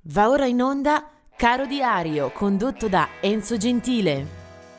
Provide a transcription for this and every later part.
Va ora in onda Caro Diario, condotto da Enzo Gentile.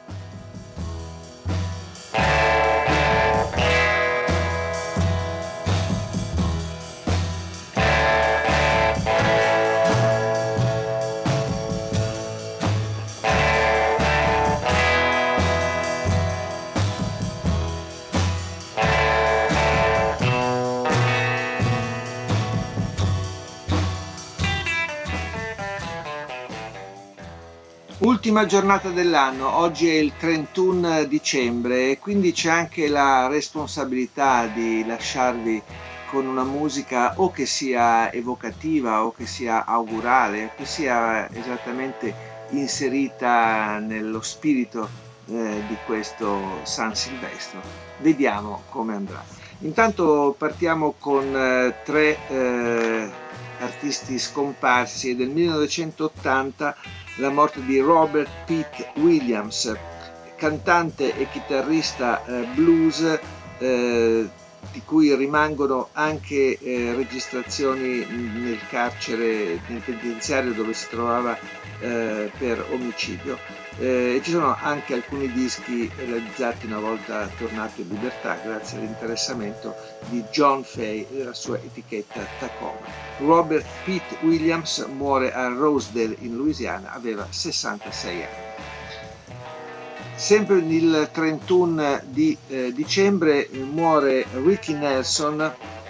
Ultima giornata dell'anno, oggi è il 31 dicembre e quindi c'è anche la responsabilità di lasciarvi con una musica o che sia evocativa o che sia augurale, o che sia esattamente inserita nello spirito di questo San Silvestro. Vediamo come andrà. Intanto partiamo con tre artisti scomparsi del 1980, la morte di Robert Pete Williams, cantante e chitarrista blues, di cui rimangono anche registrazioni nel carcere, nel penitenziario dove si trovava per omicidio. Ci sono anche alcuni dischi realizzati una volta tornato in libertà grazie all'interessamento di John Fay e della sua etichetta Tacoma. Robert Pete Williams muore a Rosedale in Louisiana, aveva 66 anni. Sempre il 31 di dicembre muore Ricky Nelson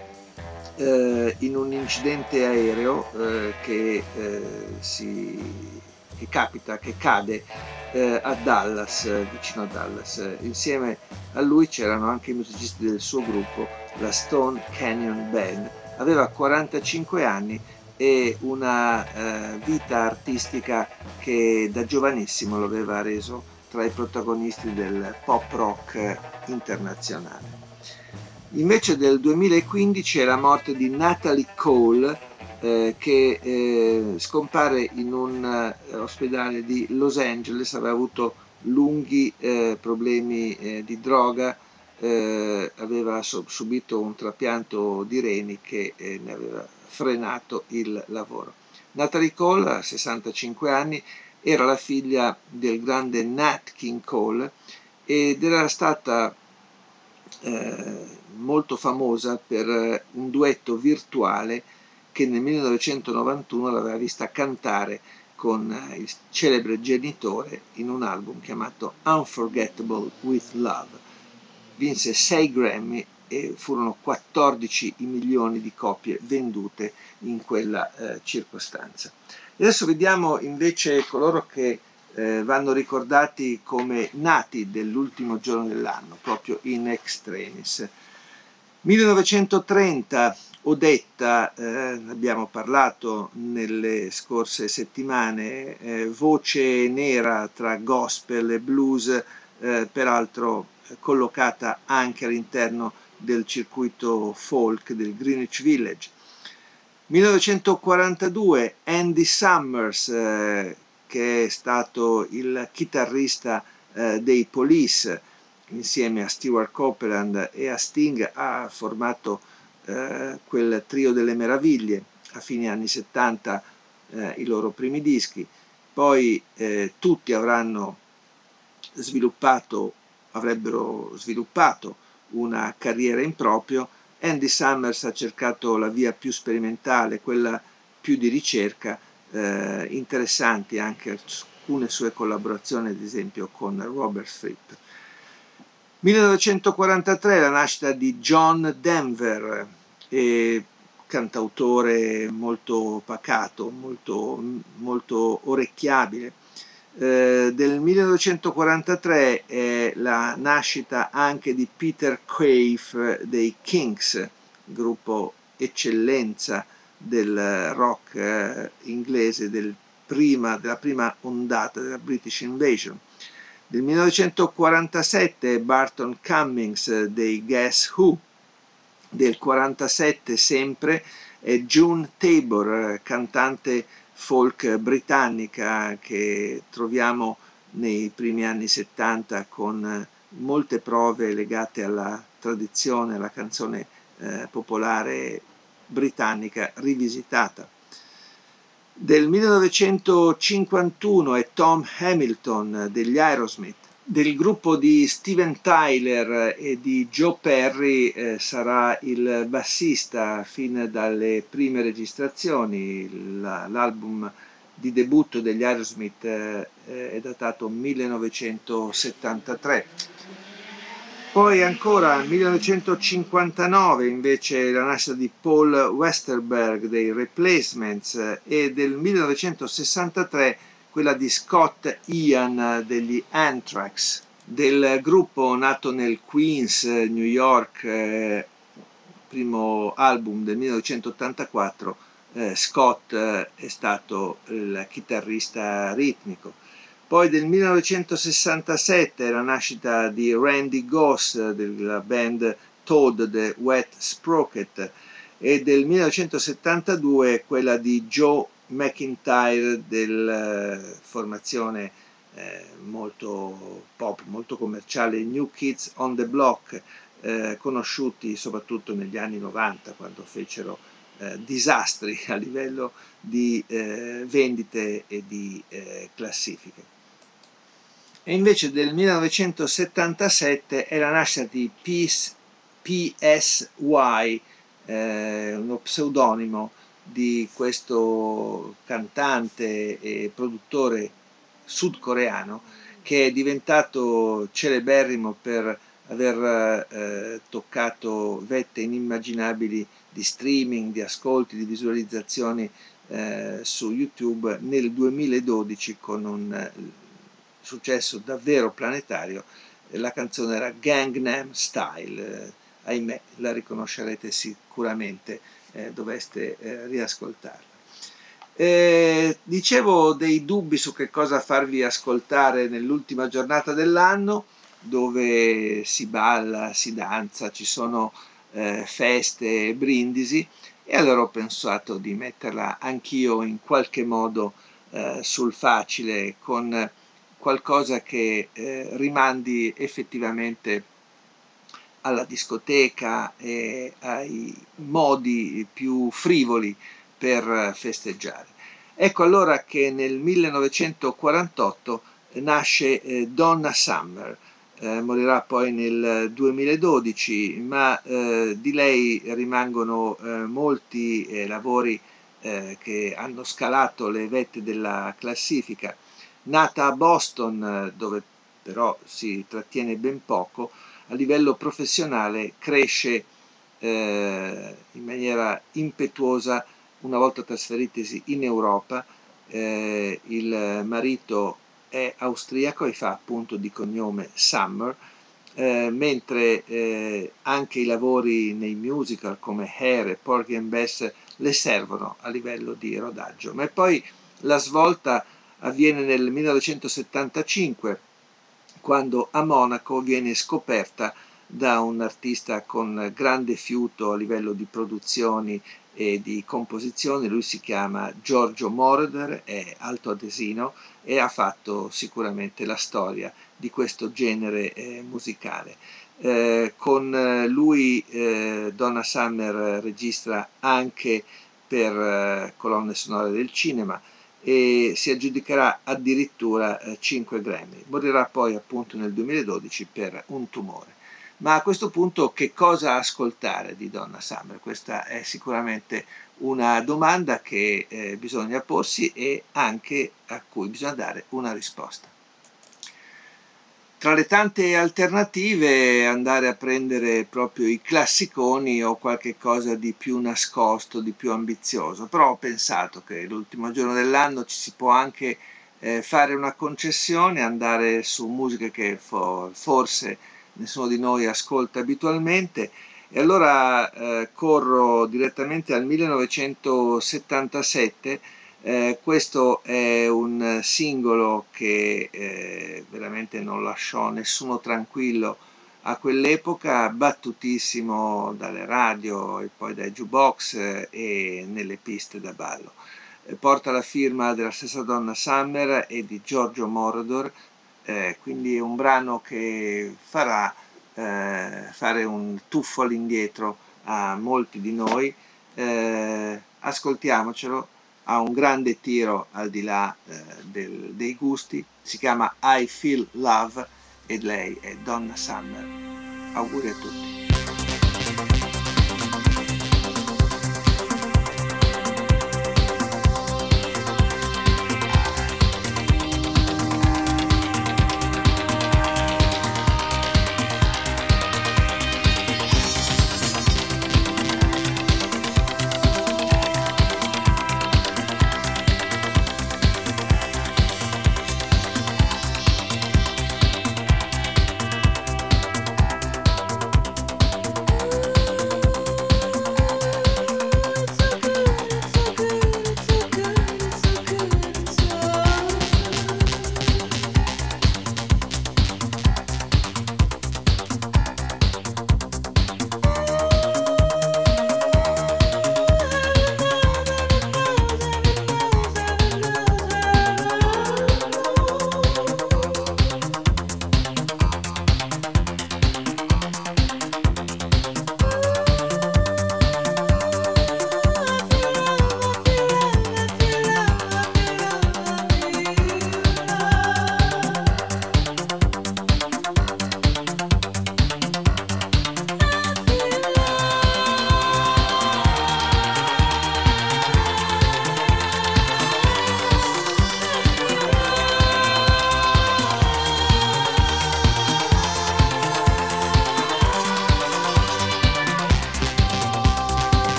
in un incidente aereo che cade a Dallas, vicino a Dallas. Insieme a lui c'erano anche i musicisti del suo gruppo, la Stone Canyon Band. Aveva 45 anni e una vita artistica che da giovanissimo lo aveva reso tra i protagonisti del pop rock internazionale. Invece del 2015 è la morte di Natalie Cole, che scompare in un ospedale di Los Angeles. Aveva avuto lunghi problemi di droga, aveva subito un trapianto di reni che ne aveva frenato il lavoro. Natalie Cole, a 65 anni, era la figlia del grande Nat King Cole ed era stata molto famosa per un duetto virtuale che nel 1991 l'aveva vista cantare con il celebre genitore in un album chiamato Unforgettable with Love. Vinse 6 Grammy e furono 14 i milioni di copie vendute in quella circostanza. E adesso vediamo invece coloro che vanno ricordati come nati dell'ultimo giorno dell'anno, proprio in extremis. 1930, Odetta, abbiamo parlato nelle scorse settimane, voce nera tra gospel e blues, peraltro collocata anche all'interno del circuito folk del Greenwich Village. 1942, Andy Summers, che è stato il chitarrista dei Police, insieme a Stewart Copeland e a Sting, ha formato quel trio delle meraviglie a fine anni 70, i loro primi dischi. Poi tutti avrebbero sviluppato una carriera in proprio. Andy Summers ha cercato la via più sperimentale, quella più di ricerca, interessanti anche alcune sue collaborazioni, ad esempio con Robert Fripp. 1943, la nascita di John Denver, cantautore molto pacato, molto orecchiabile. Del 1943 è la nascita anche di Peter Cave dei Kinks, gruppo eccellenza del rock inglese della prima ondata della British Invasion. Del 1947 Barton Cummings dei Guess Who. Del 1947 sempre è June Tabor, cantante folk britannica che troviamo nei primi anni 70 con molte prove legate alla tradizione, alla canzone popolare britannica rivisitata. Del 1951 è Tom Hamilton degli Aerosmith. Del gruppo di Steven Tyler e di Joe Perry sarà il bassista fin dalle prime registrazioni. L'album di debutto degli Aerosmith è datato 1973. Poi ancora nel 1959 invece la nascita di Paul Westerberg dei Replacements e del 1963 quella di Scott Ian degli Anthrax. Del gruppo nato nel Queens, New York, primo album del 1984, Scott è stato il chitarrista ritmico. Poi del 1967 la nascita di Randy Goss della band Toad The Wet Sprocket e del 1972 quella di Joe McIntyre della formazione molto pop, molto commerciale New Kids on the Block, conosciuti soprattutto negli anni 90 quando fecero disastri a livello di vendite e di classifiche. E invece del 1977 è la nascita di PSY, uno pseudonimo di questo cantante e produttore sudcoreano che è diventato celeberrimo per aver toccato vette inimmaginabili di streaming, di ascolti, di visualizzazioni su YouTube nel 2012 con un successo davvero planetario. La canzone era Gangnam Style, ahimè la riconoscerete sicuramente, doveste riascoltarla. Dicevo dei dubbi su che cosa farvi ascoltare nell'ultima giornata dell'anno, dove si balla, si danza, ci sono feste e brindisi, e allora ho pensato di metterla anch'io in qualche modo sul facile con qualcosa che rimandi effettivamente alla discoteca e ai modi più frivoli per festeggiare. Ecco allora che nel 1948 nasce Donna Summer. Morirà poi nel 2012, ma di lei rimangono molti lavori che hanno scalato le vette della classifica. Nata a Boston, dove però si trattiene ben poco, a livello professionale cresce in maniera impetuosa una volta trasferitesi in Europa. Il marito è austriaco e fa appunto di cognome Summer, mentre anche i lavori nei musical come Hair e Porgy and Bess le servono a livello di rodaggio. Ma poi la svolta avviene nel 1975, quando a Monaco viene scoperta da un artista con grande fiuto a livello di produzioni e di composizione. Lui si chiama Giorgio Moroder, è altoatesino e ha fatto sicuramente la storia di questo genere musicale. Con lui Donna Summer registra anche per colonne sonore del cinema e si aggiudicherà addirittura 5 Grammy. Morirà poi appunto nel 2012 per un tumore. Ma a questo punto che cosa ascoltare di Donna Summer? Questa è sicuramente una domanda che bisogna porsi e anche a cui bisogna dare una risposta. Tra le tante alternative andare a prendere proprio i classiconi o qualche cosa di più nascosto, di più ambizioso, però ho pensato che l'ultimo giorno dell'anno ci si può anche fare una concessione, andare su musiche che forse nessuno di noi ascolta abitualmente, e allora corro direttamente al 1977. Questo è un singolo che veramente non lasciò nessuno tranquillo a quell'epoca, battutissimo dalle radio e poi dai jukebox e nelle piste da ballo. Porta la firma della stessa Donna Summer e di Giorgio Moroder, quindi è un brano che farà fare un tuffo all'indietro a molti di noi. Ascoltiamocelo. ha un grande tiro al di là dei gusti, si chiama I Feel Love e lei è Donna Summer. Auguri a tutti.